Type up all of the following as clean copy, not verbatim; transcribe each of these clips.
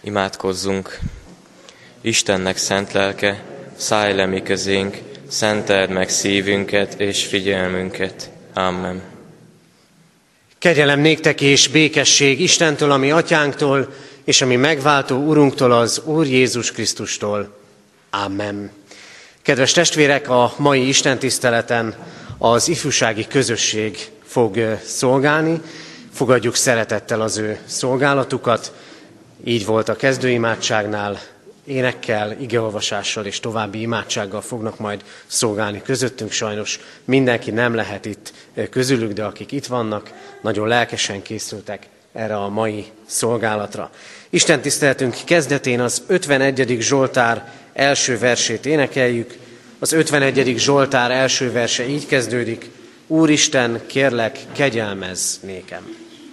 Imádkozzunk! Istennek szent lelke, szállj le mi közénk, szenteld meg szívünket és figyelmünket. Amen. Kegyelem néktek és békesség Istentől, a mi atyánktól, és a mi megváltó Urunktól, az Úr Jézus Krisztustól. Amen. Kedves testvérek, a mai istentiszteleten az ifjúsági közösség fog szolgálni. Fogadjuk szeretettel az ő szolgálatukat. Így volt a kezdőimádságnál, énekkel, igeolvasással és további imádsággal fognak majd szolgálni közöttünk. Sajnos mindenki nem lehet itt közülük, de akik itt vannak, nagyon lelkesen készültek erre a mai szolgálatra. Istentiszteletünk kezdetén az 51. Zsoltár első versét énekeljük. Az 51. Zsoltár első verse így kezdődik: Úristen, kérlek, kegyelmezz nékem.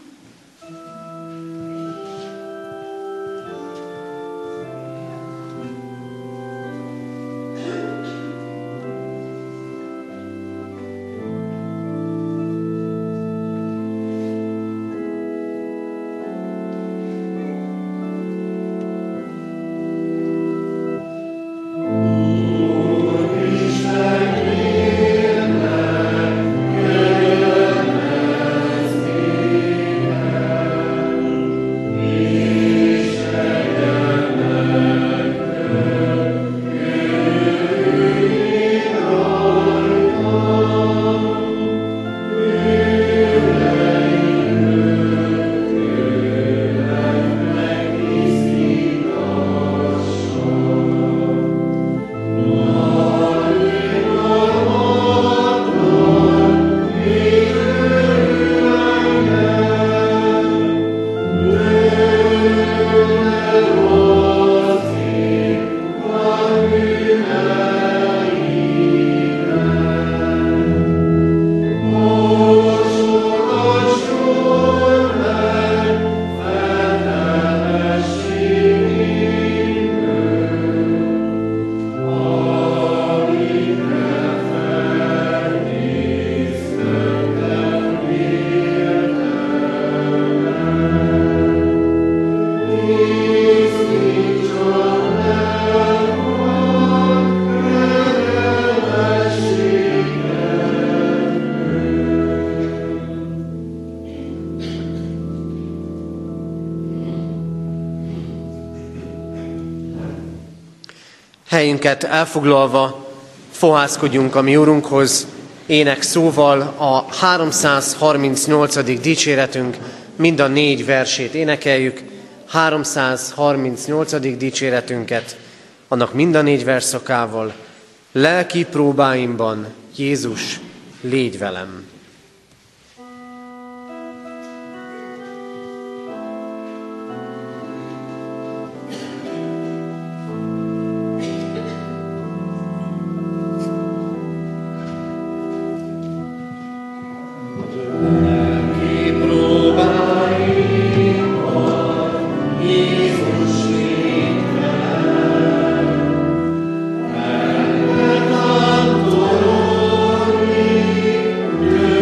Helyünket elfoglalva fohászkodjunk a mi Urunkhoz, ének szóval a 338. dicséretünk mind a 4 versét énekeljük. 338. dicséretünket, annak mind a 4 versszakával: lelki próbáimban, Jézus, légy velem. Yeah.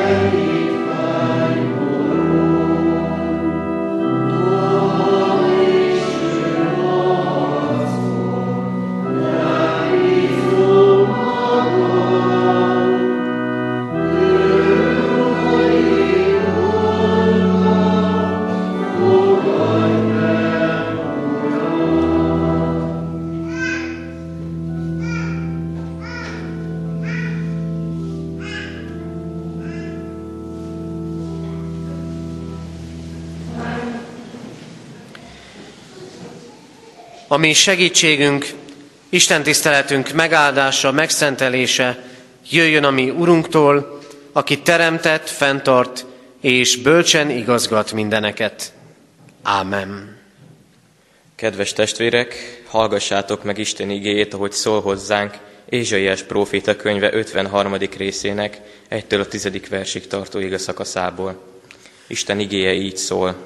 A mi segítségünk, Isten tiszteletünk megáldása, megszentelése jöjjön a mi Urunktól, aki teremtett, fenntart és bölcsen igazgat mindeneket. Ámen. Kedves testvérek, hallgassátok meg Isten igéjét, ahogy szól hozzánk Ézsaiás próféta könyve 53. részének 1-től a 10. versig tartó igeszakaszából. Isten igéje így szól.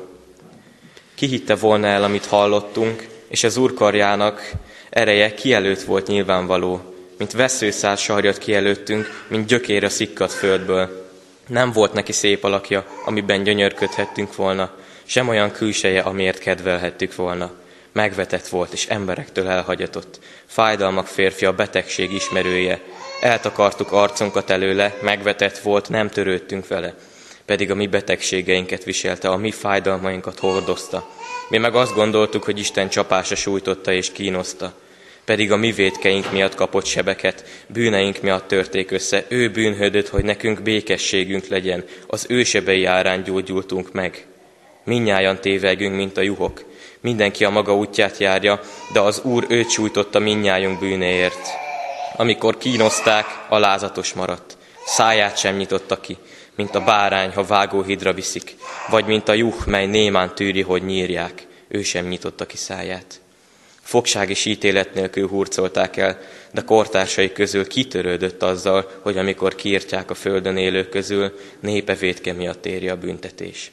Ki hitte volna el, amit hallottunk, és az Úr karjának ereje ki előtt volt nyilvánvaló, mint vesszőszál sarjat ki előttünk, mint gyökér a szikkadt földből. Nem volt neki szép alakja, amiben gyönyörködhettünk volna, sem olyan külseje, amiért kedvelhettük volna. Megvetett volt, és emberektől elhagyatott. Fájdalmak férfia, betegség ismerője. Eltakartuk arcunkat előle, megvetett volt, nem törődtünk vele. Pedig a mi betegségeinket viselte, a mi fájdalmainkat hordozta. Mi meg azt gondoltuk, hogy Isten csapása sújtotta és kínoszta. Pedig a mi vétkeink miatt kapott sebeket, bűneink miatt törték össze. Ő bűnhődött, hogy nekünk békességünk legyen, az ő sebei árán gyógyultunk meg. Mindnyájan tévegünk, mint a juhok. Mindenki a maga útját járja, de az Úr őt sújtotta mindnyájunk bűnéért. Amikor kínozták, alázatos maradt. Száját sem nyitotta ki, mint a bárány, ha vágóhidra viszik, vagy mint a juh, mely némán tűri, hogy nyírják. Ő sem nyitotta ki száját. Fogság és ítélet nélkül hurcolták el, de kortársai közül kitörődött azzal, hogy amikor kiirtják a földön élők közül, népe vétke miatt éri a büntetés.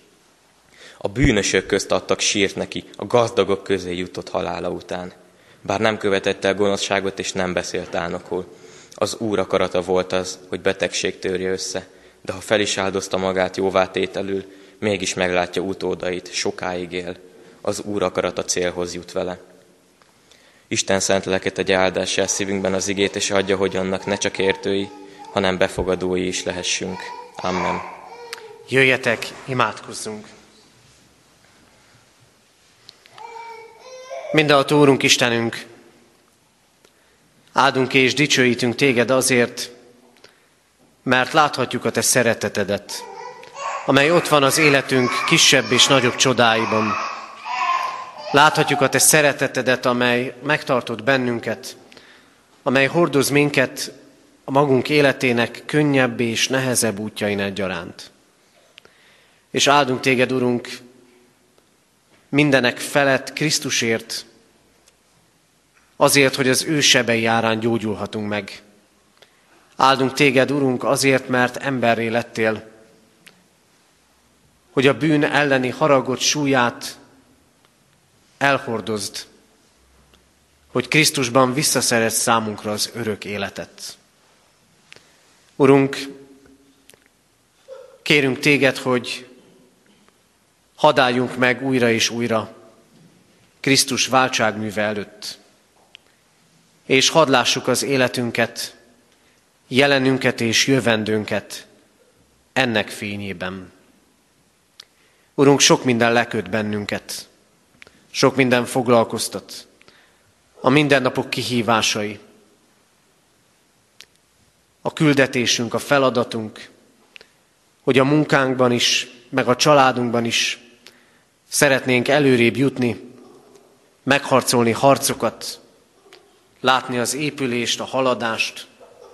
A bűnösök közt adtak sírt neki, a gazdagok közé jutott halála után. Bár nem követett el gonoszságot és nem beszélt álnokul. Az Úr akarata volt az, hogy betegség törje össze, de ha fel is áldozta magát jóvátételül, mégis meglátja utódait, sokáig él. Az Úr akarata célhoz jut vele. Isten szent lelket adja áldássá szívünkben az igét, és adja, hogy annak ne csak értői, hanem befogadói is lehessünk. Amen. Jöjjetek, imádkozzunk! Mindenható Úrunk, Istenünk, áldunk és dicsőítünk Téged azért, mert láthatjuk a Te szeretetedet, amely ott van az életünk kisebb és nagyobb csodáiban. Láthatjuk a Te szeretetedet, amely megtartott bennünket, amely hordoz minket a magunk életének könnyebb és nehezebb útjain egyaránt. És áldunk Téged, Urunk, mindenek felett Krisztusért, azért, hogy az ő sebei árán gyógyulhatunk meg. Áldunk Téged, Urunk, azért, mert emberré lettél, hogy a bűn elleni haragot, súlyát elhordozd, hogy Krisztusban visszaszerezd számunkra az örök életet. Urunk, kérünk Téged, hogy hadd álljunk meg újra és újra Krisztus váltságműve előtt, és hadd lássuk az életünket, jelenünket és jövendőnket ennek fényében. Urunk, sok minden leköt bennünket, sok minden foglalkoztat, a mindennapok kihívásai, a küldetésünk, a feladatunk, hogy a munkánkban is, meg a családunkban is szeretnénk előrébb jutni, megharcolni harcokat, látni az épülést, a haladást,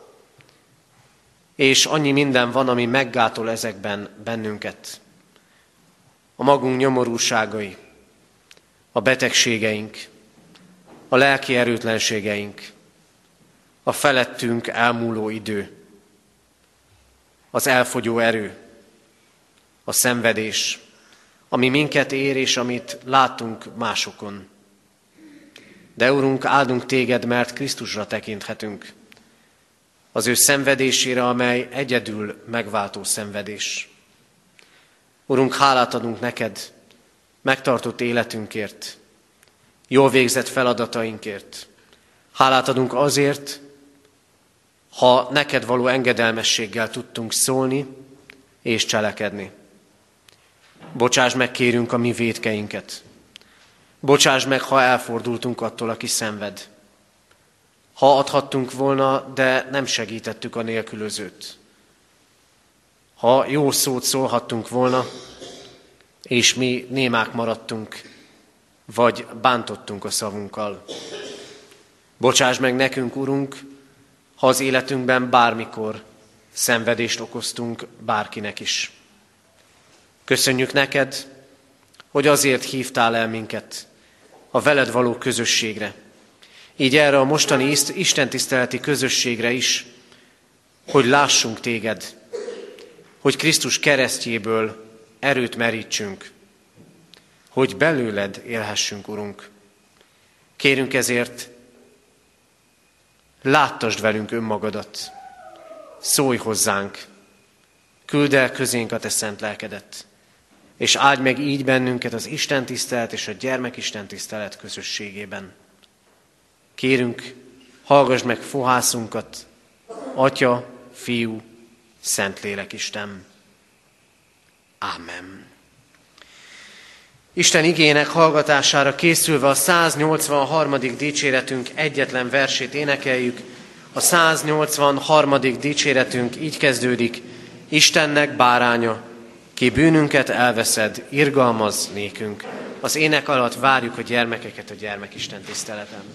és annyi minden van, ami meggátol ezekben bennünket. A magunk nyomorúságai, a betegségeink, a lelki erőtlenségeink, a felettünk elmúló idő, az elfogyó erő, a szenvedés, ami minket ér és amit látunk másokon. De Urunk, áldunk Téged, mert Krisztusra tekinthetünk. az ő szenvedésére, amely egyedül megváltó szenvedés. Urunk, hálát adunk neked megtartott életünkért, jól végzett feladatainkért. Hálát adunk azért, ha neked való engedelmességgel tudtunk szólni és cselekedni. Bocsáss meg, kérünk, a mi vétkeinket. Bocsáss meg, ha elfordultunk attól, aki szenved. Ha adhattunk volna, de nem segítettük a nélkülözőt. Ha jó szót szólhattunk volna, és mi némák maradtunk, vagy bántottunk a szavunkkal. Bocsáss meg nekünk, Urunk, ha az életünkben bármikor szenvedést okoztunk bárkinek is. Köszönjük neked, hogy azért hívtál el minket a veled való közösségre. Így erre a mostani istentiszteleti közösségre is, hogy lássunk téged, hogy Krisztus keresztjéből erőt merítsünk, hogy belőled élhessünk, Urunk. Kérünk ezért, láttasd velünk önmagadat, szólj hozzánk, küldd el közénk a te szent lelkedet, és áldj meg így bennünket az istentisztelet és a gyermekistentisztelet közösségében. Kérünk, hallgass meg fohászunkat, Atya, Fiú, Szentlélek Isten. Ámen. Isten igének hallgatására készülve a 183. dicséretünk egyetlen versét énekeljük. A 183. dicséretünk így kezdődik: Istennek báránya, ki bűnünket elveszed, irgalmaz nékünk. Az ének alatt várjuk a gyermekeket a gyermekisten tiszteleten.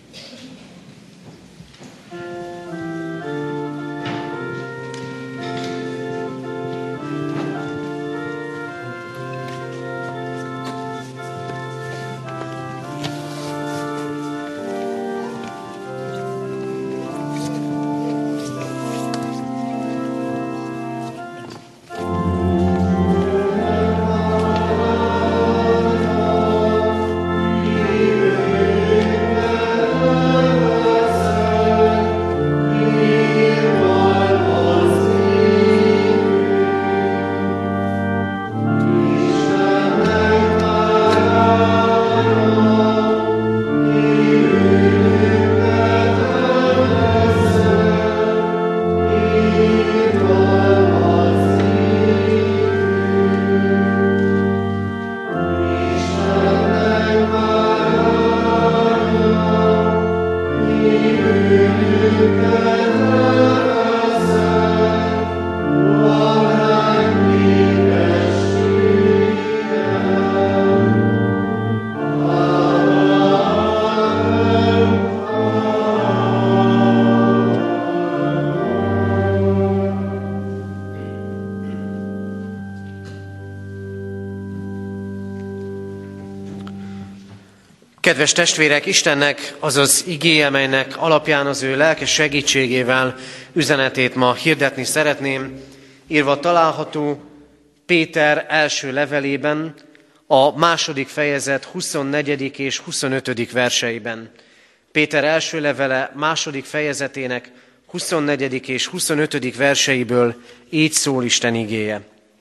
Kedves testvérek, Istennek az az igéje, melynek alapján az ő lelke segítségével üzenetét ma hirdetni szeretném, írva található Péter első levelében, a 2. fejezet 24. és 25. verseiben. Péter első levele 2. fejezetének 24. és 25. verseiből így szól Isten igéje.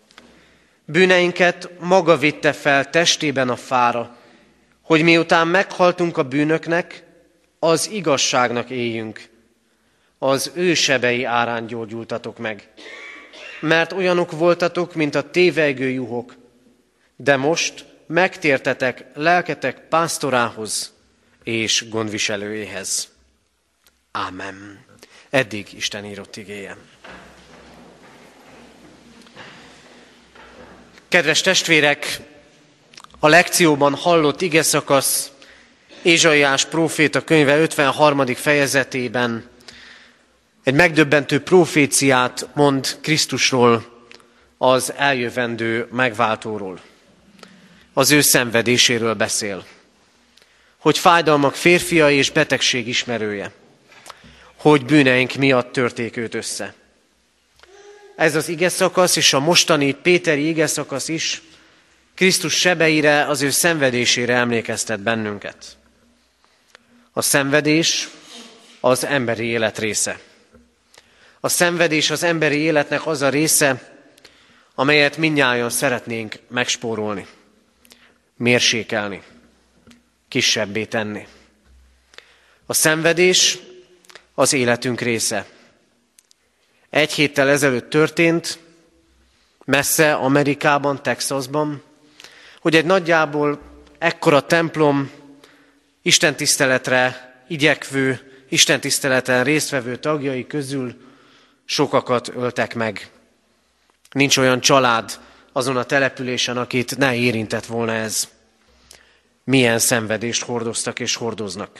Bűneinket maga vitte fel testében a fára, hogy miután meghaltunk a bűnöknek, az igazságnak éljünk. Az ő sebei árán gyógyultatok meg. Mert olyanok voltatok, mint a tévejgő juhok, de most megtértetek lelketek pásztorához és gondviselőjéhez. Ámen. Eddig Isten írott igéje. Kedves testvérek, a lekcióban hallott igeszakasz Ézsaiás próféta könyve 53. fejezetében egy megdöbbentő proféciát mond Krisztusról, az eljövendő megváltóról. Az ő szenvedéséről beszél. Hogy fájdalmak férfia és betegség ismerője. Hogy bűneink miatt törték őt össze. Ez az igeszakasz és a mostani péteri igeszakasz is Krisztus sebeire, az ő szenvedésére emlékeztet bennünket. A szenvedés az emberi élet része. A szenvedés az emberi életnek az a része, amelyet mindnyájan szeretnénk megspórolni, mérsékelni, kisebbé tenni. A szenvedés az életünk része. 1 héttel ezelőtt történt, messze Amerikában, Texasban, hogy egy nagyjából ekkora templom istentiszteletre igyekvő, istentiszteleten résztvevő tagjai közül sokakat öltek meg. Nincs olyan család azon a településen, akit ne érintett volna ez. Milyen szenvedést hordoztak és hordoznak.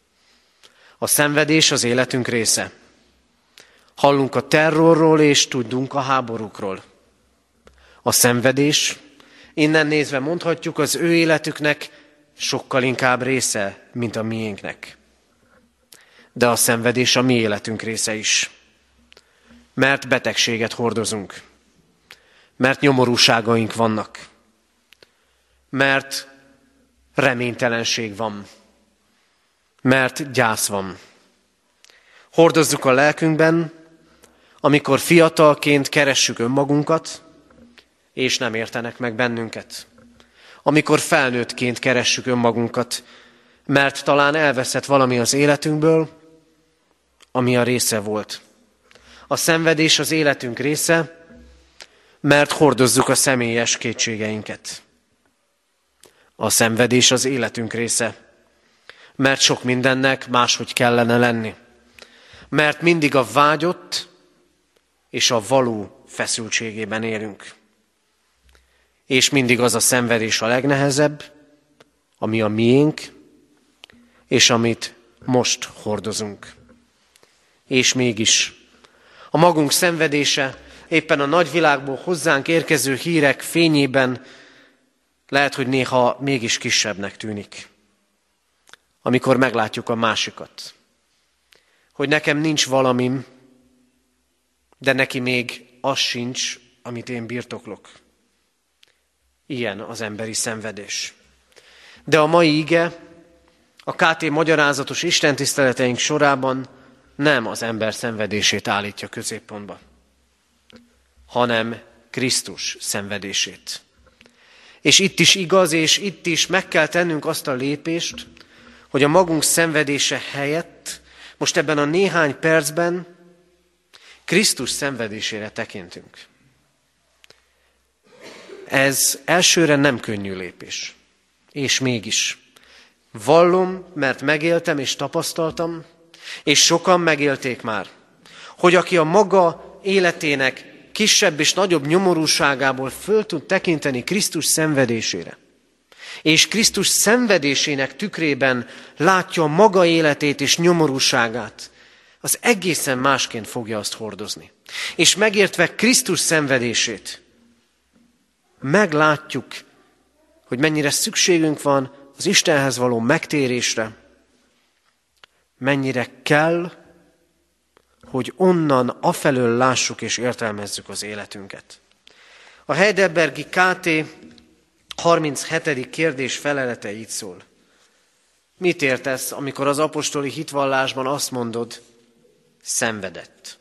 A szenvedés az életünk része. Hallunk a terrorról és tudunk a háborúkról. A szenvedés, innen nézve mondhatjuk, az ő életüknek sokkal inkább része, mint a miénknek. De a szenvedés a mi életünk része is. Mert betegséget hordozunk. Mert nyomorúságaink vannak. Mert reménytelenség van. Mert gyász van. Hordozzuk a lelkünkben, amikor fiatalként keressük önmagunkat, és nem értenek meg bennünket. Amikor felnőttként keressük önmagunkat, mert talán elveszett valami az életünkből, ami a része volt. A szenvedés az életünk része, mert hordozzuk a személyes kétségeinket. A szenvedés az életünk része, mert sok mindennek máshogy kellene lenni. Mert mindig a vágyott és a való feszültségében élünk. És mindig az a szenvedés a legnehezebb, ami a miénk, és amit most hordozunk. És mégis a magunk szenvedése éppen a nagyvilágból hozzánk érkező hírek fényében lehet, hogy néha mégis kisebbnek tűnik. Amikor meglátjuk a másikat, hogy nekem nincs valamim, de neki még az sincs, amit én birtoklok. Ilyen az emberi szenvedés. De a mai ige, a KT magyarázatos istentiszteleteink sorában nem az ember szenvedését állítja középpontba, hanem Krisztus szenvedését. És itt is igaz, és itt is meg kell tennünk azt a lépést, hogy a magunk szenvedése helyett most ebben a néhány percben Krisztus szenvedésére tekintünk. Ez elsőre nem könnyű lépés. És mégis vallom, mert megéltem és tapasztaltam, és sokan megélték már, hogy aki a maga életének kisebb és nagyobb nyomorúságából föl tud tekinteni Krisztus szenvedésére, és Krisztus szenvedésének tükrében látja maga életét és nyomorúságát, az egészen másként fogja azt hordozni. És megértve Krisztus szenvedését, meglátjuk, hogy mennyire szükségünk van az Istenhez való megtérésre, mennyire kell, hogy onnan afelől lássuk és értelmezzük az életünket. A Heidelbergi KT 37. kérdés felelete így szól. Mit értesz, amikor az apostoli hitvallásban azt mondod, szenvedett?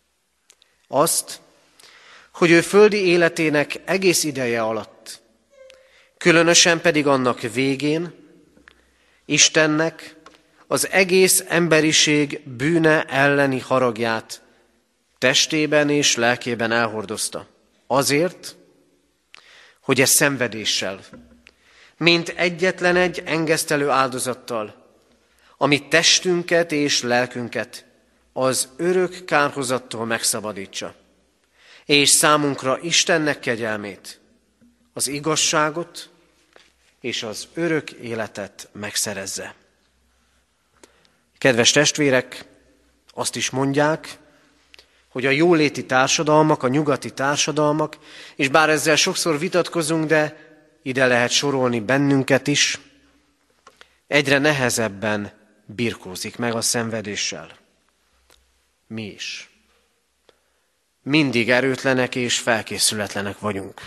Azt, hogy ő földi életének egész ideje alatt, különösen pedig annak végén, Istennek az egész emberiség bűne elleni haragját testében és lelkében elhordozta. Azért, hogy ez szenvedéssel, mint egyetlen egy engesztelő áldozattal, ami testünket és lelkünket az örök kárhozattól megszabadítsa, és számunkra Istennek kegyelmét, az igazságot és az örök életet megszerezze. Kedves testvérek, azt is mondják, hogy a jóléti társadalmak, a nyugati társadalmak, és bár ezzel sokszor vitatkozunk, de ide lehet sorolni bennünket is, egyre nehezebben birkózik meg a szenvedéssel. Mi is. Mindig erőtlenek és felkészületlenek vagyunk.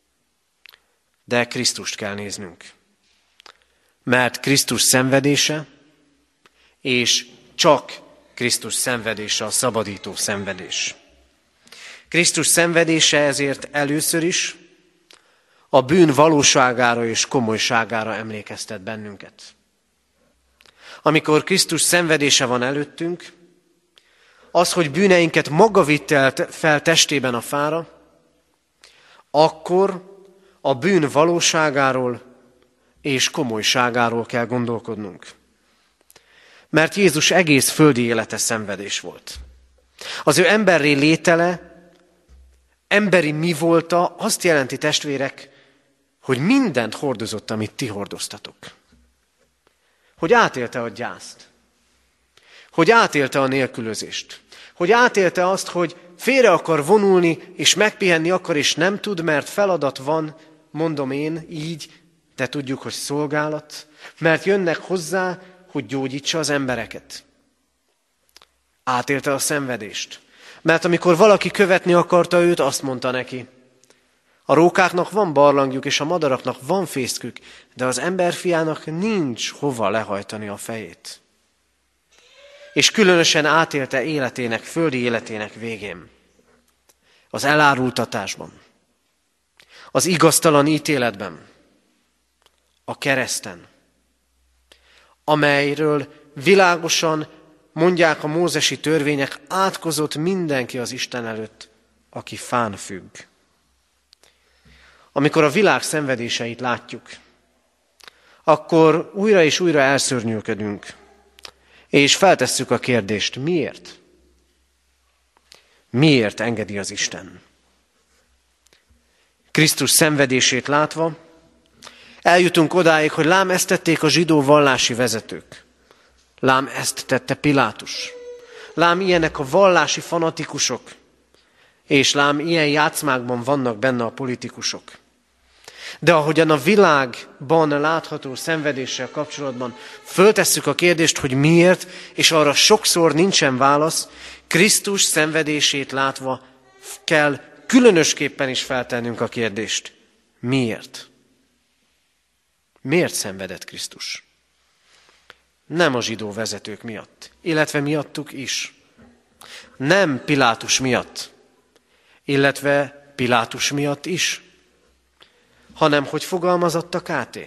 De Krisztust kell néznünk. Mert Krisztus szenvedése, és csak Krisztus szenvedése, a szabadító szenvedés. Krisztus szenvedése ezért először is a bűn valóságára és komolyságára emlékeztet bennünket. Amikor Krisztus szenvedése van előttünk, az, hogy bűneinket maga vitte fel testében a fára, akkor a bűn valóságáról és komolyságáról kell gondolkodnunk. Mert Jézus egész földi élete szenvedés volt. Az ő emberré létele, emberi mi volta, azt jelenti, testvérek, hogy mindent hordozott, amit ti hordoztatok. Hogy átélte a gyászt, hogy átélte a nélkülözést, hogy átélte azt, hogy félre akar vonulni, és megpihenni akar, és nem tud, mert feladat van, mondom én így, de tudjuk, hogy szolgálat, mert jönnek hozzá, hogy gyógyítsa az embereket. Átélte a szenvedést, mert amikor valaki követni akarta őt, azt mondta neki, a rókáknak van barlangjuk, és a madaraknak van fészkük, de az emberfiának nincs hova lehajtani a fejét. És különösen átélte életének, földi életének végén. Az elárultatásban, az igaztalan ítéletben, a kereszten, amelyről világosan mondják a mózesi törvények, átkozott mindenki az Isten előtt, aki fán függ. Amikor a világ szenvedéseit látjuk, akkor újra és újra elszörnyűködünk, és feltesszük a kérdést, miért? Miért engedi az Isten? Krisztus szenvedését látva, eljutunk odáig, hogy lám ezt tették a zsidó vallási vezetők. Lám ezt tette Pilátus. Lám ilyenek a vallási fanatikusok. És lám ilyen játszmákban vannak benne a politikusok. De ahogyan a világban látható szenvedéssel kapcsolatban föltesszük a kérdést, hogy miért, és arra sokszor nincsen válasz, Krisztus szenvedését látva kell különösképpen is feltennünk a kérdést. Miért? Miért szenvedett Krisztus? Nem a zsidó vezetők miatt, illetve miattuk is. Nem Pilátus miatt, illetve Pilátus miatt is, hanem hogy fogalmazott a KT?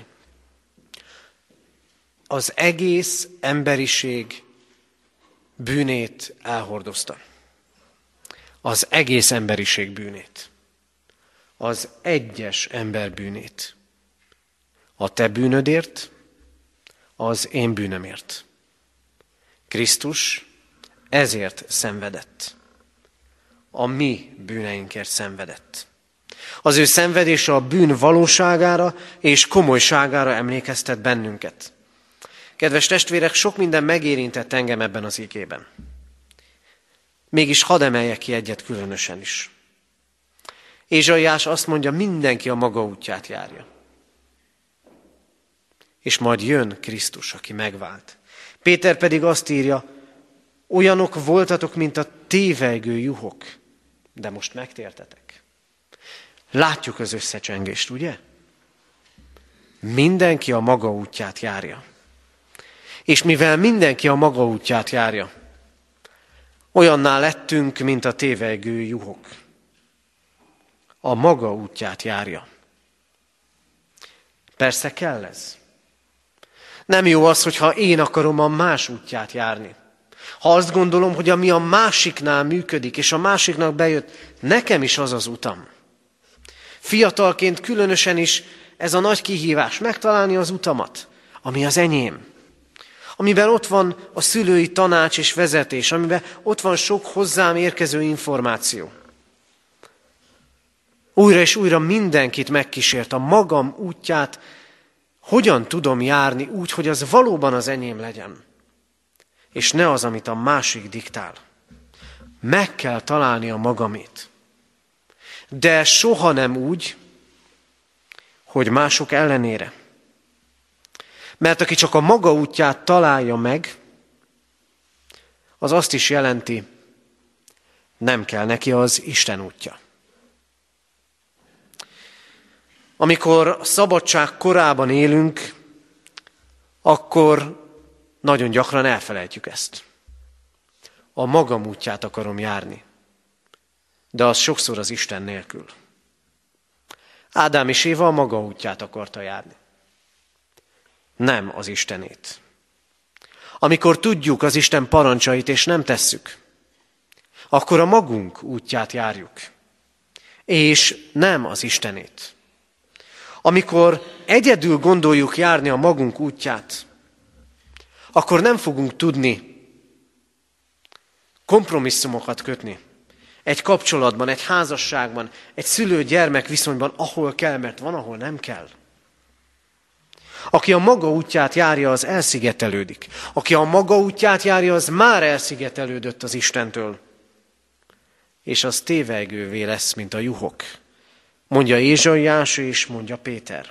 Az egész emberiség bűnét elhordozta. Az egész emberiség bűnét. Az egyes ember bűnét. A te bűnödért, az én bűnömért. Krisztus ezért szenvedett. A mi bűneinkért szenvedett. Az ő szenvedése a bűn valóságára és komolyságára emlékeztet bennünket. Kedves testvérek, sok minden megérintett engem ebben az igében. Mégis hadd emeljek ki egyet különösen is. Ézsaiás azt mondja, mindenki a maga útját járja. És majd jön Krisztus, aki megvált. Péter pedig azt írja, olyanok voltatok, mint a tévejgő juhok, de most megtértetek. Látjuk az összecsengést, ugye? Mindenki a maga útját járja. És mivel mindenki a maga útját járja, olyanná lettünk, mint a tévejgő juhok. A maga útját járja. Persze kell ez. Nem jó az, hogyha én akarom a más útját járni. Ha azt gondolom, hogy ami a másiknál működik, és a másiknak bejött, nekem is az az utam. Fiatalként különösen is ez a nagy kihívás, megtalálni az utamat, ami az enyém. Amiben ott van a szülői tanács és vezetés, amiben ott van sok hozzám érkező információ. Újra és újra mindenkit megkísért a magam útját, hogyan tudom járni úgy, hogy az valóban az enyém legyen, és ne az, amit a másik diktál. Meg kell találni a magamét. De soha nem úgy, hogy mások ellenére. Mert aki csak a maga útját találja meg, az azt is jelenti, nem kell neki az Isten útja. Amikor a szabadság korában élünk, akkor nagyon gyakran elfelejtjük ezt. a magam útját akarom járni. De az sokszor az Isten nélkül. Ádám és Éva a maga útját akarta járni. Nem az Istenét. Amikor tudjuk az Isten parancsait és nem tesszük, akkor a magunk útját járjuk, és nem az Istenét. Amikor egyedül gondoljuk járni a magunk útját, akkor nem fogunk tudni kompromisszumokat kötni. Egy kapcsolatban, egy házasságban, egy szülő-gyermek viszonyban, ahol kell, mert van, ahol nem kell. Aki a maga útját járja, az elszigetelődik. Aki a maga útját járja, az már elszigetelődött az Istentől. És az tévegővé lesz, mint a juhok. Mondja Ézsaiás, és mondja Péter.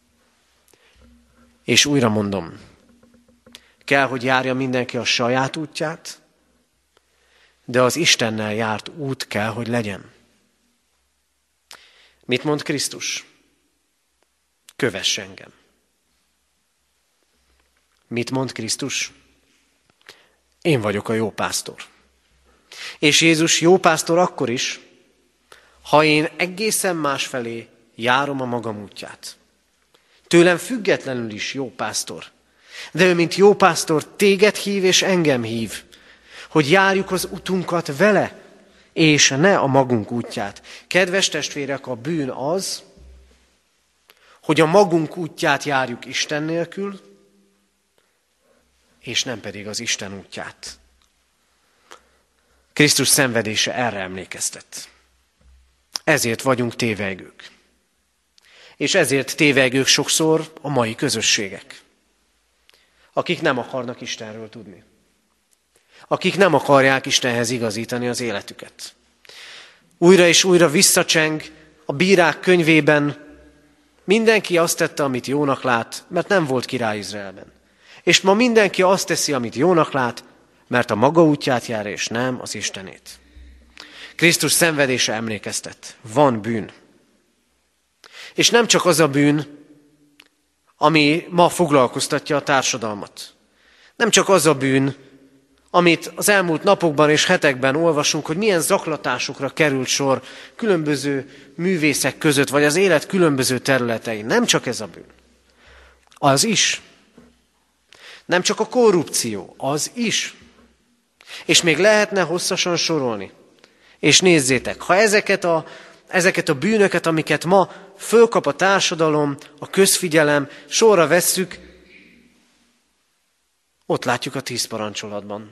És újra mondom, kell, hogy járja mindenki a saját útját, de az Istennel járt út kell, hogy legyen. Mit mond Krisztus? Kövess engem. Mit mond Krisztus? Én vagyok a jó pásztor. És Jézus jó pásztor akkor is, ha én egészen másfelé járom a magam útját. Tőlem függetlenül is jó pásztor. De ő, mint jó pásztor, téged hív és engem hív, hogy járjuk az utunkat vele, és ne a magunk útját. Kedves testvérek, a bűn az, hogy a magunk útját járjuk Isten nélkül, és nem pedig az Isten útját. Krisztus szenvedése erre emlékeztet. Ezért vagyunk tévegők. És ezért tévegők sokszor a mai közösségek, akik nem akarnak Istenről tudni. Akik nem akarják Istenhez igazítani az életüket. Újra és újra visszacseng a bírák könyvében, mindenki azt tette, amit jónak lát, mert nem volt király Izraelben. És ma mindenki azt teszi, amit jónak lát, mert a maga útját jár, és nem az Istenét. Krisztus szenvedése emlékeztet. Van bűn. És nem csak az a bűn, ami ma foglalkoztatja a társadalmat. Nem csak az a bűn, amit az elmúlt napokban és hetekben olvasunk, hogy milyen zaklatásokra került sor különböző művészek között, vagy az élet különböző területein. Nem csak ez a bűn. Az is. Nem csak a korrupció, az is. És még lehetne hosszasan sorolni. És nézzétek, ha ezeket a bűnöket, amiket ma fölkap a társadalom, a közfigyelem, sorra vesszük, ott látjuk a 10 parancsolatban,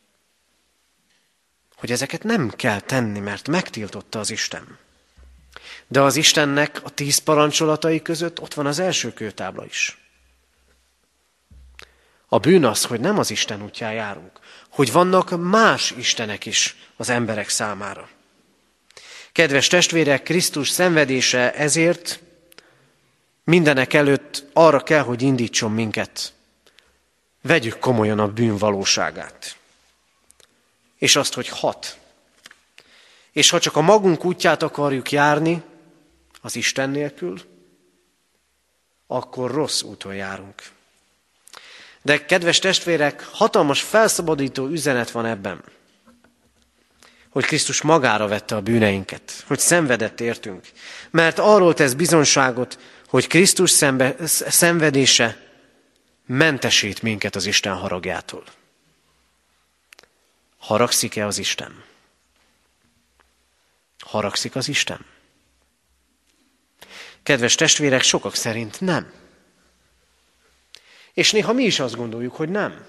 hogy ezeket nem kell tenni, mert megtiltotta az Isten. De az Istennek a 10 parancsolatai között ott van az első kőtábla is. A bűn az, hogy nem az Isten útján járunk, hogy vannak más istenek is az emberek számára. Kedves testvérek, Krisztus szenvedése ezért mindenek előtt arra kell, hogy indítson minket. Vegyük komolyan a bűn valóságát. És azt, hogy hat. És ha csak a magunk útját akarjuk járni, az Isten nélkül, akkor rossz úton járunk. De kedves testvérek, hatalmas felszabadító üzenet van ebben, hogy Krisztus magára vette a bűneinket, hogy szenvedett értünk. Mert arról tesz bizonyságot, hogy Krisztus szenvedése mentesít minket az Isten haragjától. Haragszik-e az Isten? Haragszik az Isten? Kedves testvérek, sokak szerint nem. És néha mi is azt gondoljuk, hogy nem.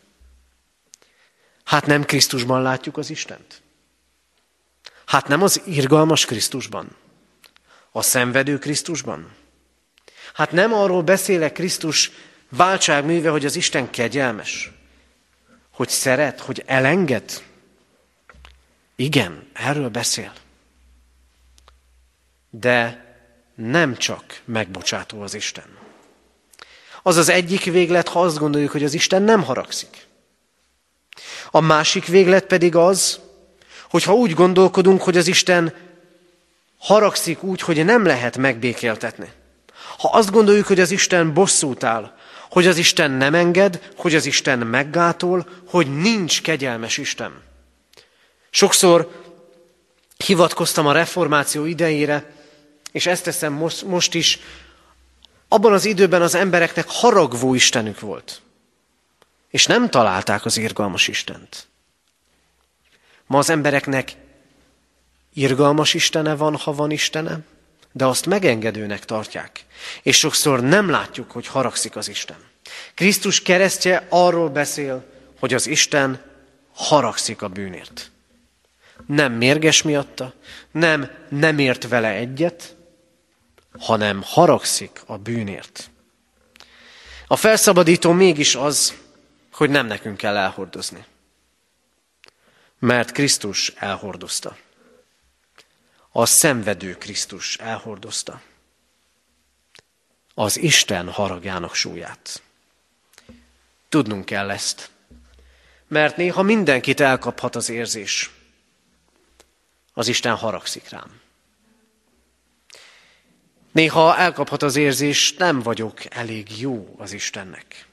Hát nem Krisztusban látjuk az Istent? Hát nem az irgalmas Krisztusban? A szenvedő Krisztusban? Hát nem arról beszélek Krisztus váltságműve, hogy az Isten kegyelmes? Hogy szeret, hogy elenged? Igen, erről beszél. De nem csak megbocsátó az Isten. Az az egyik véglet, ha azt gondoljuk, hogy az Isten nem haragszik. A másik véglet pedig az, hogy ha úgy gondolkodunk, hogy az Isten haragszik úgy, hogy nem lehet megbékéltetni. Ha azt gondoljuk, hogy az Isten bosszút áll, hogy az Isten nem enged, hogy az Isten meggátol, hogy nincs kegyelmes Isten, Sokszor hivatkoztam a reformáció idejére, és ezt teszem most is, abban az időben az embereknek haragvó istenük volt, és nem találták az irgalmas Istent. Ma az embereknek irgalmas istene van, ha van istene, de azt megengedőnek tartják, és sokszor nem látjuk, hogy haragszik az Isten. Krisztus keresztje arról beszél, hogy az Isten haragszik a bűnért. Nem mérges miatta, nem ért vele egyet, hanem haragszik a bűnért. A felszabadító mégis az, hogy nem nekünk kell elhordozni. Mert Krisztus elhordozta. A szenvedő Krisztus elhordozta az Isten haragjának súlyát. Tudnunk kell ezt, mert néha mindenkit elkaphat az érzés. Az Isten haragszik rám. Néha elkaphat az érzés, nem vagyok elég jó az Istennek.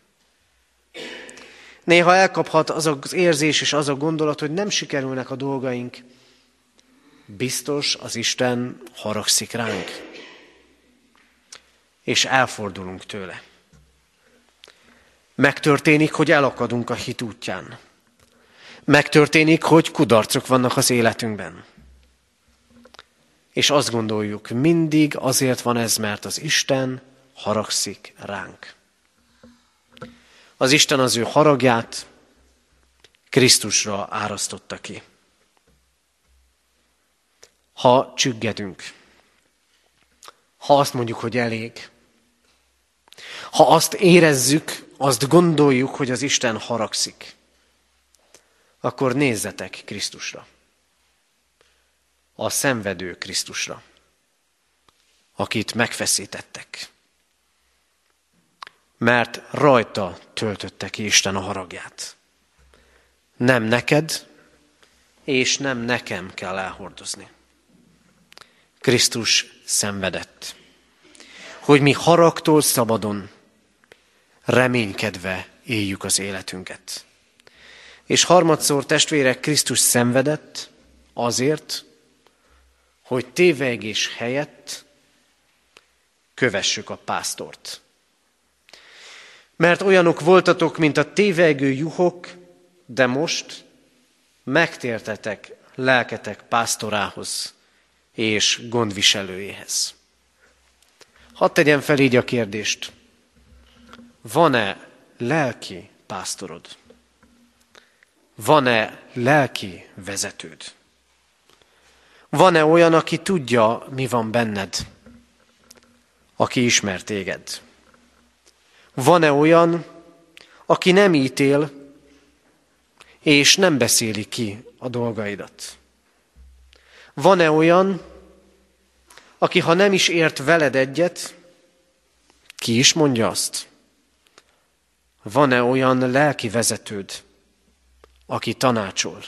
Néha elkaphat az az érzés és az a gondolat, hogy nem sikerülnek a dolgaink. Biztos az Isten haragszik ránk. És elfordulunk tőle. Megtörténik, hogy elakadunk a hit útján. Megtörténik, hogy kudarcok vannak az életünkben. És azt gondoljuk, mindig azért van ez, mert az Isten haragszik ránk. Az Isten az ő haragját Krisztusra árasztotta ki. Ha csüggedünk, ha azt mondjuk, hogy elég, ha azt érezzük, azt gondoljuk, hogy az Isten haragszik, akkor nézzetek Krisztusra. A szenvedő Krisztusra, akit megfeszítettek. Mert rajta töltötte ki Isten a haragját. Nem neked, és nem nekem kell elhordozni. Krisztus szenvedett, hogy mi haragtól szabadon, reménykedve éljük az életünket. És harmadszor, testvérek, Krisztus szenvedett azért, hogy tévegés helyett kövessük a pásztort. Mert olyanok voltatok, mint a tévegő juhok, de most megtértetek lelketek pásztorához és gondviselőjéhez. Hadd tegyem fel így a kérdést. Van-e lelki pásztorod? Van-e lelki vezetőd? Van-e olyan, aki tudja, mi van benned? Aki ismer téged? Van-e olyan, aki nem ítél, és nem beszéli ki a dolgaidat? Van-e olyan, aki ha nem is ért veled egyet, ki is mondja azt? Van-e olyan lelki vezetőd, aki tanácsol?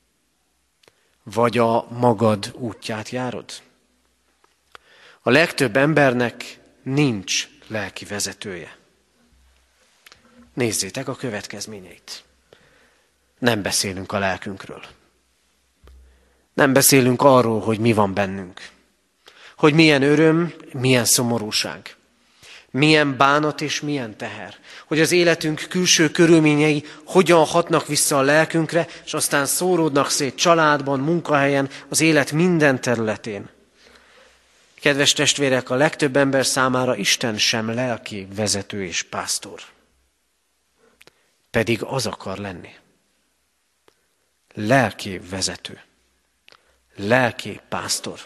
Vagy a magad útját járod? A legtöbb embernek nincs lelki vezetője. Nézzétek a következményeit. Nem beszélünk a lelkünkről. Nem beszélünk arról, hogy mi van bennünk. Hogy milyen öröm, milyen szomorúság. Milyen bánat és milyen teher. Hogy az életünk külső körülményei hogyan hatnak vissza a lelkünkre, és aztán szóródnak szét családban, munkahelyen, az élet minden területén. Kedves testvérek, a legtöbb ember számára Isten sem lelki vezető és pásztor. Pedig az akar lenni. Lelki vezető. Lelki pásztor.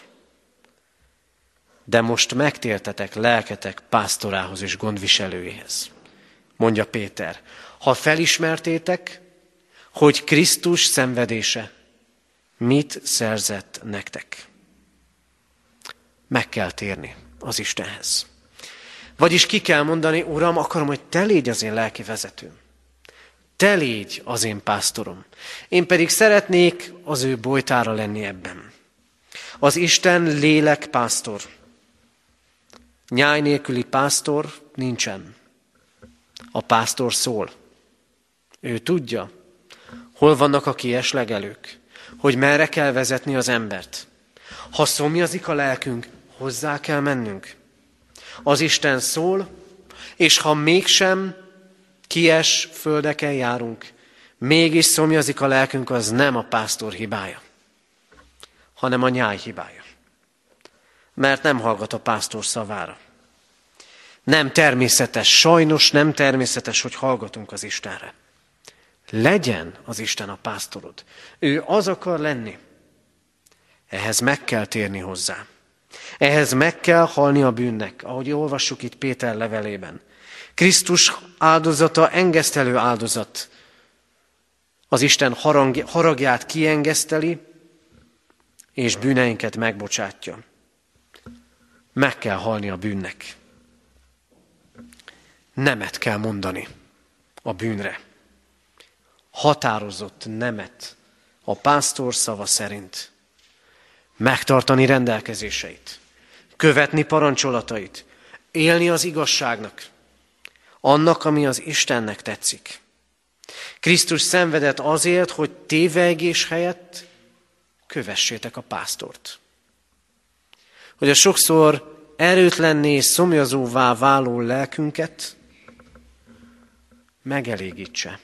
De most megtértetek lelketek pásztorához és gondviselőjéhez. Mondja Péter, ha felismertétek, hogy Krisztus szenvedése mit szerzett nektek. Meg kell térni az Istenhez. Vagyis ki kell mondani, Uram, akarom, hogy te légy az én lelki vezetőm. Te légy az én pásztorom. Én pedig szeretnék az ő bojtára lenni ebben. Az Isten lélek pásztor. Nyáj nélküli pásztor nincsen. A pásztor szól. Ő tudja, hol vannak a kieslegelők, hogy merre kell vezetni az embert. Ha szomjazik a lelkünk, hozzá kell mennünk. Az Isten szól, és ha mégsem kies földeken járunk, mégis szomjazik a lelkünk, az nem a pásztor hibája, hanem a nyáj hibája. Mert nem hallgat a pásztor szavára. Nem természetes, sajnos nem természetes, hogy hallgatunk az Istenre. Legyen az Isten a pásztorod. Ő az akar lenni. Ehhez meg kell térni hozzá. Ehhez meg kell halni a bűnnek, ahogy olvassuk itt Péter levelében. Krisztus áldozata engesztelő áldozat. Az Isten haragját kiengeszteli, és bűneinket megbocsátja. Meg kell halni a bűnnek. Nemet kell mondani a bűnre. Határozott nemet a pásztor szava szerint. Megtartani rendelkezéseit, követni parancsolatait, élni az igazságnak, annak, ami az Istennek tetszik. Krisztus szenvedett azért, hogy tévegés helyett kövessétek a pásztort. Hogy a sokszor erőtlenné és szomjazóvá váló lelkünket megelégítse.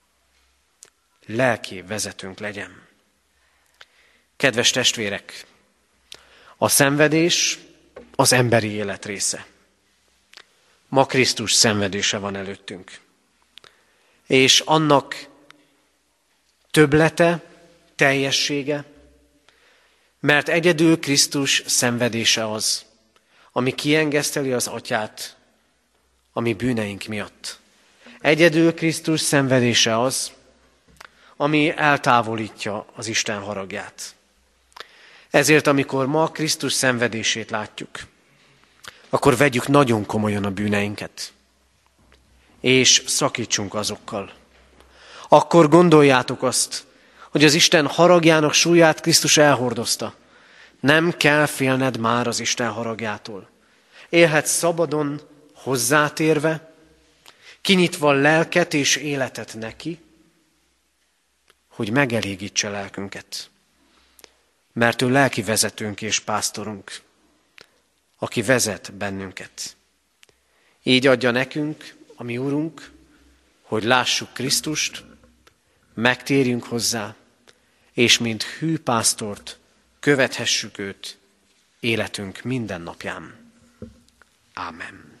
Lelki vezetőnk legyen. Kedves testvérek, a szenvedés az emberi élet része. Ma Krisztus szenvedése van előttünk. És annak többlete, teljessége, mert egyedül Krisztus szenvedése az, ami kiengeszteli az Atyát a mi bűneink miatt. Egyedül Krisztus szenvedése az, ami eltávolítja az Isten haragját. Ezért, amikor ma Krisztus szenvedését látjuk, akkor vegyük nagyon komolyan a bűneinket, és szakítsunk azokkal. Akkor gondoljátok azt, hogy az Isten haragjának súlyát Krisztus elhordozta. Nem kell félned már az Isten haragjától. Élhetsz szabadon, hozzátérve, kinyitva lelket és életet neki, hogy megelégítse lelkünket. Mert ő lelki vezetőnk és pásztorunk, aki vezet bennünket. Így adja nekünk, a mi Urunk, hogy lássuk Krisztust, megtérjünk hozzá, és mint hű pásztort követhessük őt életünk minden napján. Ámen.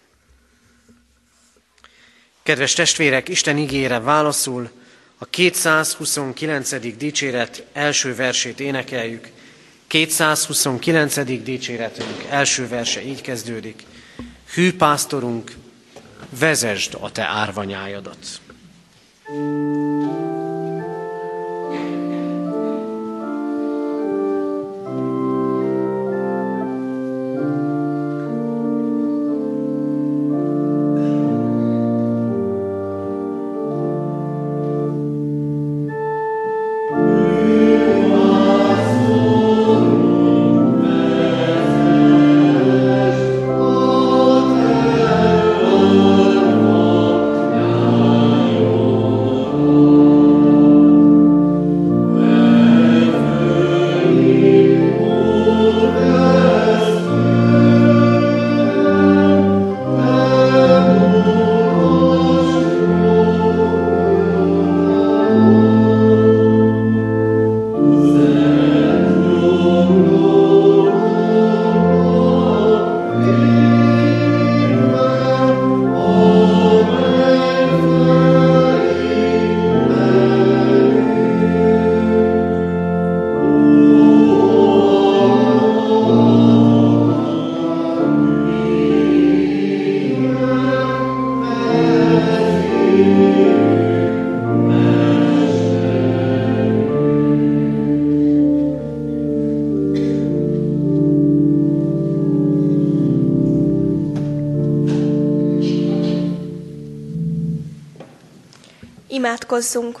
Kedves testvérek, Isten igére válaszul a 229. dicséret első versét énekeljük. 229. dicséretünk első verse így kezdődik. Hű pásztorunk, vezesd a te árvanyájadat. Imádkozzunk!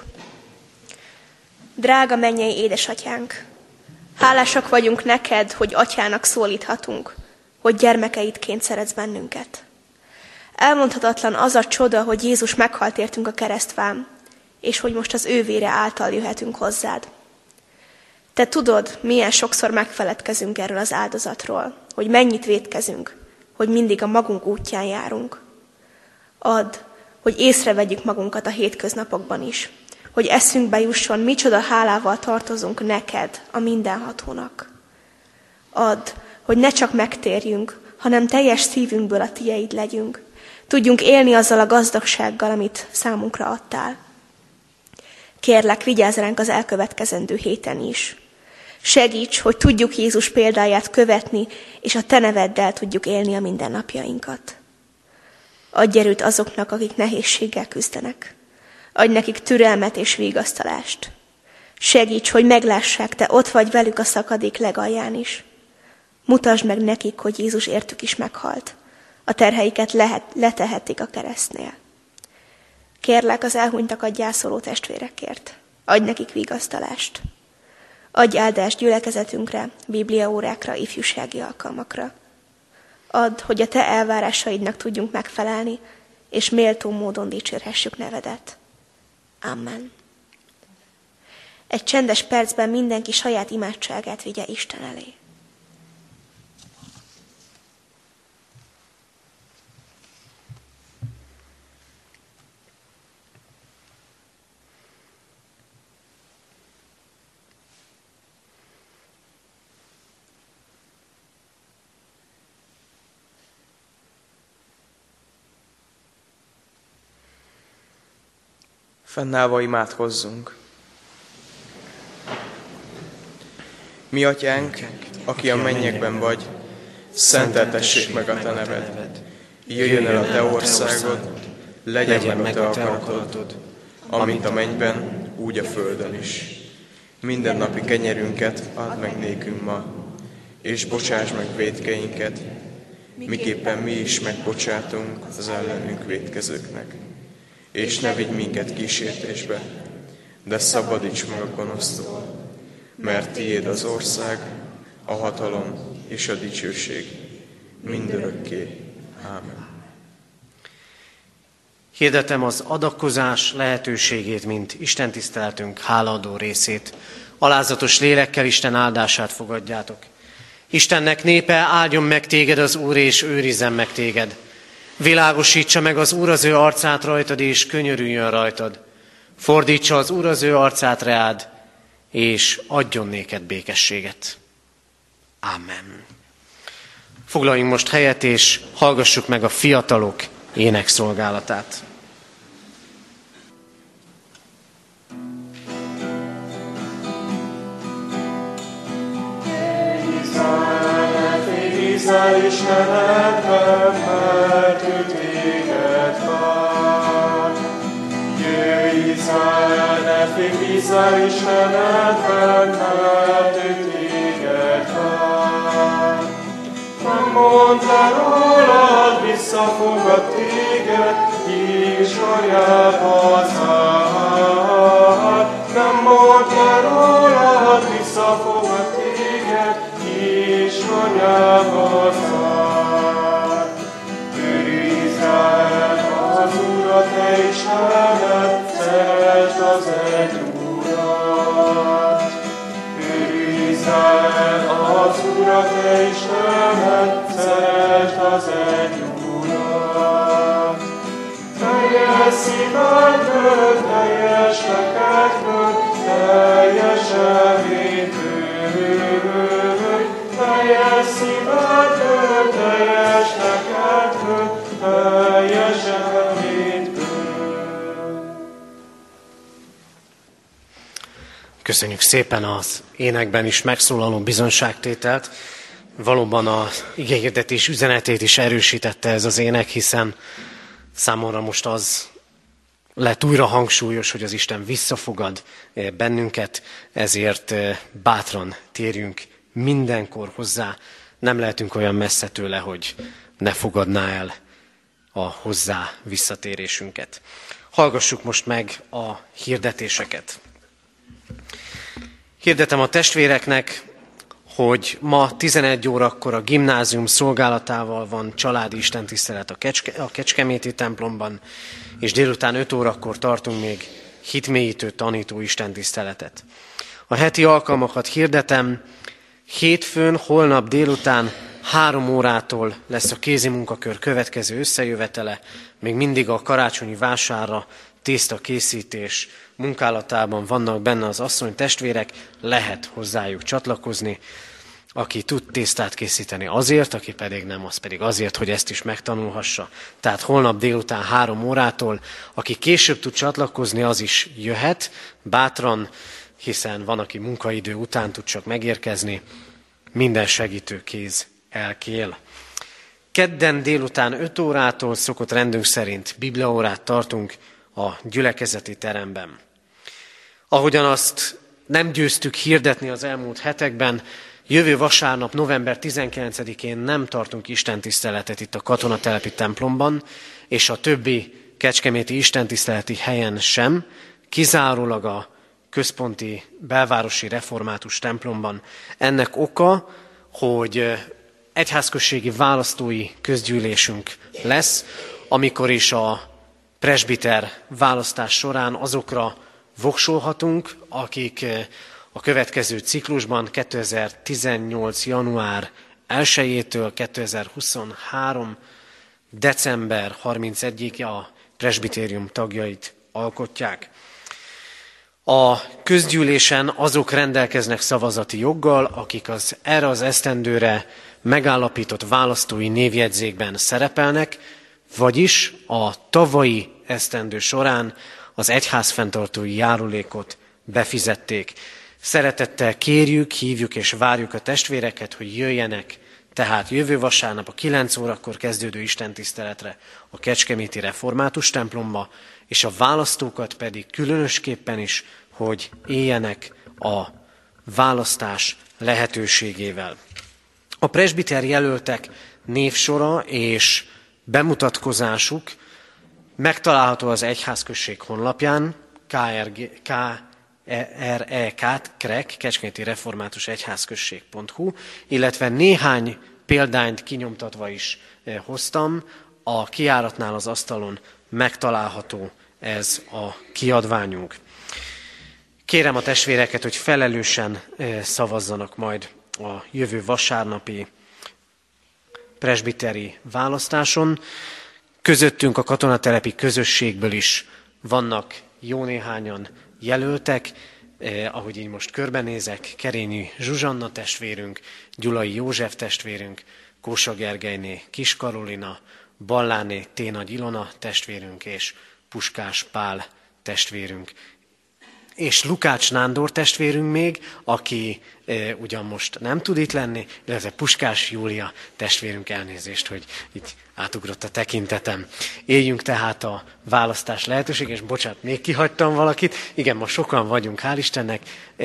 Drága mennyei édesatyánk! Hálásak vagyunk neked, hogy atyának szólíthatunk, hogy gyermekeidként szeretsz bennünket. Elmondhatatlan az a csoda, hogy Jézus meghalt értünk a keresztfán, és hogy most az ő vére által jöhetünk hozzád. Te tudod, milyen sokszor megfeledkezünk erről az áldozatról, hogy mennyit vétkezünk, hogy mindig a magunk útján járunk. Add, hogy észrevegyük magunkat a hétköznapokban is, hogy eszünkbe jusson, micsoda hálával tartozunk neked, a mindenhatónak. Add, hogy ne csak megtérjünk, hanem teljes szívünkből a tieid legyünk. Tudjunk élni azzal a gazdagsággal, amit számunkra adtál. Kérlek, vigyázz ránk az elkövetkezendő héten is. Segíts, hogy tudjuk Jézus példáját követni, és a te neveddel tudjuk élni a mindennapjainkat. Adj erőt azoknak, akik nehézséggel küzdenek. Adj nekik türelmet és vigasztalást. Segíts, hogy meglássák, te ott vagy velük a szakadék legalján is. Mutasd meg nekik, hogy Jézus értük is meghalt. A terheiket letehetik a keresztnél. Kérlek az elhunytakat gyászoló testvérekért. Adj nekik vigasztalást. Adj áldást gyülekezetünkre, bibliaórákra, ifjúsági alkalmakra. Add, hogy a te elvárásaidnak tudjunk megfelelni, és méltó módon dicsérhessük nevedet. Amen. Egy csendes percben mindenki saját imádságát vigye Isten elé. Fennállva imádkozzunk. Mi atyánk, aki a mennyekben vagy, szenteltessék meg a te neved. Jöjjön el a te országod, legyen meg a te akaratod, amint a mennyben, úgy a földön is. Minden napi kenyerünket add meg nékünk ma, és bocsáss meg vétkeinket, miképpen mi is megbocsátunk az ellenünk vétkezőknek. És ne vigy minket kísértésbe, de szabadíts meg a gonosztól, mert tiéd az ország, a hatalom és a dicsőség mindörökké. Ámen. Hirdetem az adakozás lehetőségét, mint istentiszteletünk hálaadó részét. Alázatos lélekkel Isten áldását fogadjátok. Istennek népe, áldjon meg téged az Úr, és őrizzen meg téged. Világosítsa meg az Úr az ő arcát rajtad, és könyörüljön rajtad. Fordítsa az Úr az ő arcát reád, és adjon néked békességet. Amen. Foglaljunk most helyet, és hallgassuk meg a fiatalok énekszolgálatát. Bízzál Istenedben, mert ő téged vár. Jöjj, Izrael, ne félj, bízzál Istenedben, mert ő téged vár. Nem mondd le rólad, visszafogad téged, Israelba zár. Nem mondd le rólad, visszafogad téged, Israelba zár. Örülj, Izrael, az Úr te Istened, szeresd az egy Urat. Örülj, Izrael, az Úr te Istened, szeresd az egy Urat. Teljes szívedből, teljes lelkedből, teljes reményből, teljes szívedből, teljes lelkedből, teljes reményből. Köszönjük szépen az énekben is megszólaló bizonságtételt. Valóban az igehirdetés üzenetét is erősítette ez az ének, hiszen számomra most az lett újra hangsúlyos, hogy az Isten visszafogad bennünket, ezért bátran térjünk mindenkor hozzá. Nem lehetünk olyan messze tőle, hogy ne fogadná el a hozzá visszatérésünket. Hallgassuk most meg a hirdetéseket. Hirdetem a testvéreknek, hogy ma 11 órakor a gimnázium szolgálatával van családi istentisztelet a Kecskeméti templomban, és délután 5 órakor tartunk még hitmélyítő tanító istentiszteletet. A heti alkalmakat hirdetem. Hétfőn, holnap délután 3 órától lesz a kézi munkakör következő összejövetele. Még mindig a karácsonyi vásárra tésztakészítés munkálatában vannak benne az asszony testvérek, lehet hozzájuk csatlakozni. Aki tud tésztát készíteni azért, aki pedig nem, az pedig azért, hogy ezt is megtanulhassa. Tehát holnap délután 3 órától, aki később tud csatlakozni, az is jöhet, bátran, hiszen van, aki munkaidő után tud csak megérkezni, minden segítő kéz elkél. Kedden délután 5 órától szokott rendünk szerint bibliaórát tartunk a gyülekezeti teremben. Ahogyan azt nem győztük hirdetni az elmúlt hetekben, jövő vasárnap, november 19-én nem tartunk istentiszteletet itt a katonatelepi templomban, és a többi kecskeméti istentiszteleti helyen sem, kizárólag a központi belvárosi református templomban. Ennek oka, hogy egyházközségi választói közgyűlésünk lesz, amikor is a presbiter választás során azokra voksolhatunk, akik a következő ciklusban 2018. január 1-től 2023. december 31-ig a presbitérium tagjait alkotják. A közgyűlésen azok rendelkeznek szavazati joggal, akik erre az esztendőre megállapított választói névjegyzékben szerepelnek, vagyis a tavalyi esztendő során az egyházfenntartói járulékot befizették. Szeretettel kérjük, hívjuk és várjuk a testvéreket, hogy jöjjenek, tehát jövő vasárnap a 9 órakor kezdődő istentiszteletre a kecskeméti református templomba, és a választókat pedig különösképpen is, hogy éljenek a választás lehetőségével. A presbiter jelöltek névsora és bemutatkozásuk megtalálható az egyházközség honlapján, krek, Kecskeméti Református Egyházközség.hu, illetve néhány példányt kinyomtatva is hoztam, a kijáratnál az asztalon megtalálható ez a kiadványunk. Kérem a testvéreket, hogy felelősen szavazzanak majd a jövő vasárnapi presbiteri választáson. Közöttünk a katonatelepi közösségből is vannak jó néhányan jelöltek, ahogy így most körbenézek, Kerényi Zsuzsanna testvérünk, Gyulai József testvérünk, Kósa Gergelyné Kis Karolina, Balláné T. Nagy Ilona testvérünk és Puskás Pál testvérünk. És Lukács Nándor testvérünk még, aki ugyan most nem tud itt lenni, illetve Puskás Júlia testvérünk, elnézést, hogy itt átugrott a tekintetem. Éljünk tehát a választás lehetőség, és bocsánat, még kihagytam valakit. Igen, ma sokan vagyunk, hál' Istennek.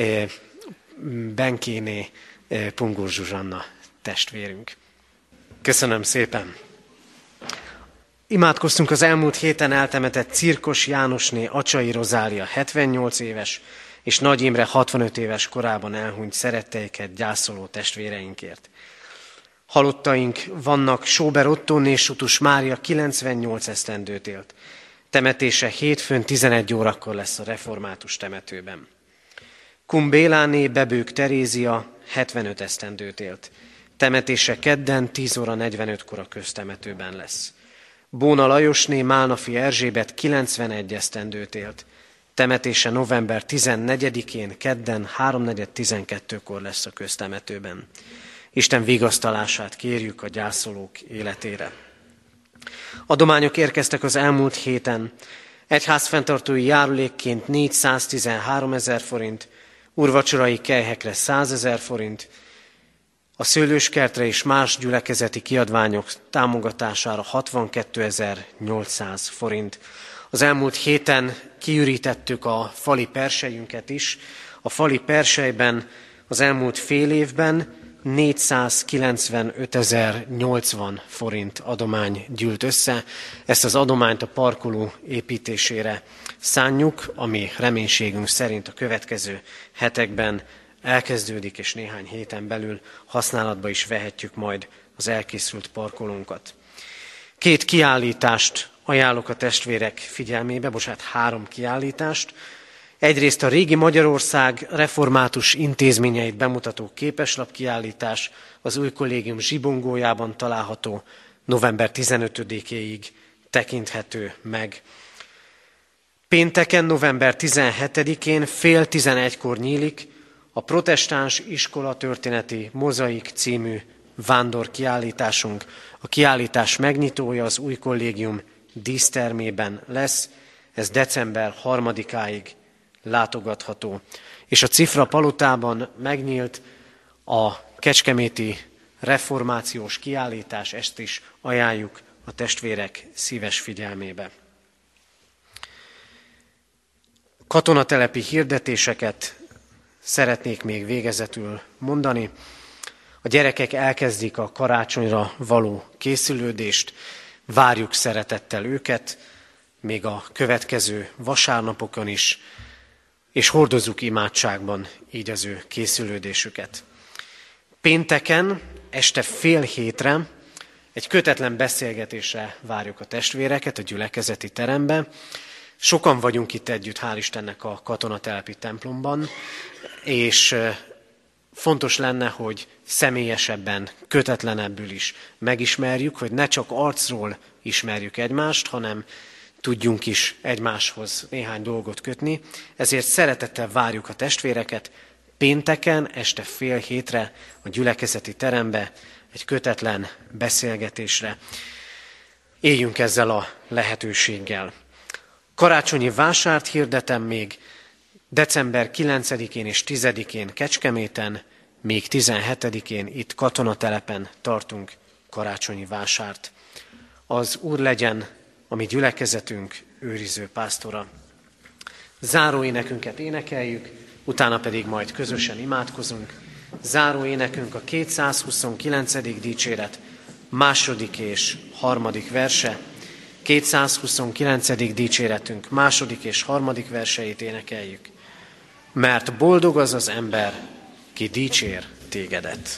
Benkéné Pungur Zsuzsanna testvérünk. Köszönöm szépen! Imádkoztunk az elmúlt héten eltemetett Cirkos Jánosné Acsai Rozália 78 éves, és Nagy Imre 65 éves korában elhunyt szeretteiket gyászoló testvéreinkért. Halottaink vannak: Sóber Ottóné Sutus Mária 98 esztendőt élt. Temetése hétfőn 11 órakor lesz a református temetőben. Kun Béláné Bebők Terézia 75 esztendőt élt. Temetése kedden 10 óra 45-kor a köztemetőben lesz. Bóna Lajosné Málnafi Erzsébet 91 esztendőt élt. Temetése november 14-én kedden 3:12-kor lesz a köztemetőben. Isten vigasztalását kérjük a gyászolók életére. Adományok érkeztek az elmúlt héten. Egyházfenntartói járulékként 413 000 forint, úrvacsorai kelyhekre 100 000 forint, a szőlőskertre és más gyülekezeti kiadványok támogatására 62 800 forint. Az elmúlt héten kiürítettük a fali persejünket is. A fali persejben az elmúlt fél évben 495 080 forint adomány gyűlt össze. Ezt az adományt a parkoló építésére szánjuk, ami reménységünk szerint a következő hetekben elkezdődik, és néhány héten belül használatba is vehetjük majd az elkészült parkolónkat. 2 kiállítást ajánlok a testvérek figyelmébe, 3 kiállítást. Egyrészt a régi Magyarország református intézményeit bemutató képeslapkiállítás az új kollégium zsibongójában található, november 15-éig tekinthető meg. Pénteken, november 17-én fél 11-kor nyílik a Protestáns Iskolatörténeti Mozaik című vándorkiállításunk. A kiállítás megnyitója az új kollégium dísztermében lesz, ez december 3-áig látogatható. És a Cifra palotában megnyílt a kecskeméti reformációs kiállítás, ezt is ajánljuk a testvérek szíves figyelmébe. Katonatelepi hirdetéseket szeretnék még végezetül mondani. A gyerekek elkezdik a karácsonyra való készülődést, várjuk szeretettel őket, még a következő vasárnapokon is, és hordozzuk imádságban így az ő készülődésüket. Pénteken este 6:30 egy kötetlen beszélgetésre várjuk a testvéreket a gyülekezeti terembe. Sokan vagyunk itt együtt, hál' Istennek, a katonatelepi templomban, és fontos lenne, hogy személyesebben, kötetlenebbül is megismerjük, hogy ne csak arcról ismerjük egymást, hanem tudjunk is egymáshoz néhány dolgot kötni. Ezért szeretettel várjuk a testvéreket pénteken este 6:30 a gyülekezeti terembe egy kötetlen beszélgetésre. Éljünk ezzel a lehetőséggel. Karácsonyi vásárt hirdetem még december 9-én és 10-én Kecskeméten, még 17-én itt katonatelepen tartunk karácsonyi vásárt. Az Úr legyen a mi gyülekezetünk őriző pásztora. Záró énekünket énekeljük, utána pedig majd közösen imádkozunk. Záró énekünk a 229. dicséret 2. és 3. verse. 229. dicséretünk 2. és 3. verseit énekeljük. Mert boldog az az ember, ki dicsér tégedet.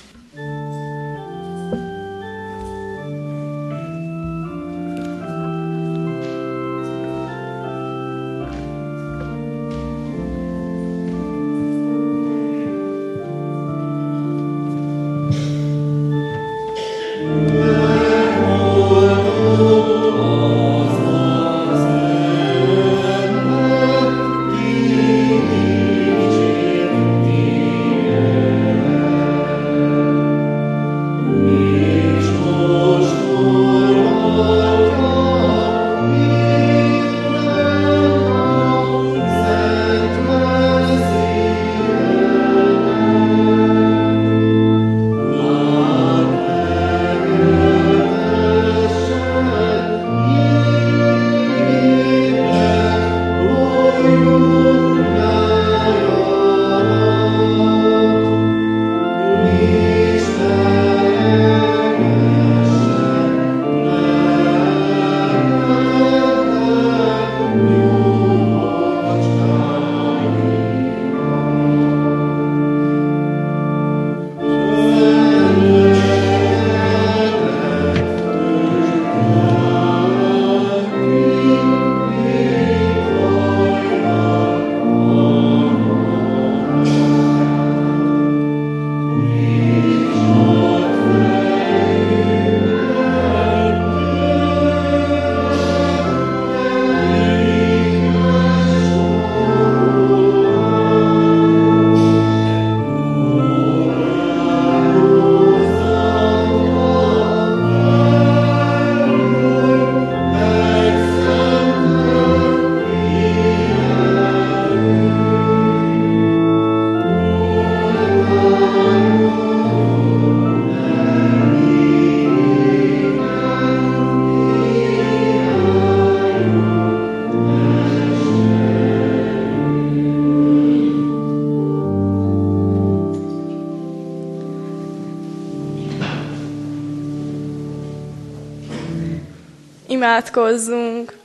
Imádkozzunk!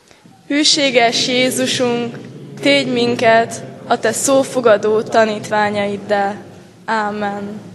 Hűséges Jézusunk, tégy minket a Te szófogadó tanítványaiddá. Ámen.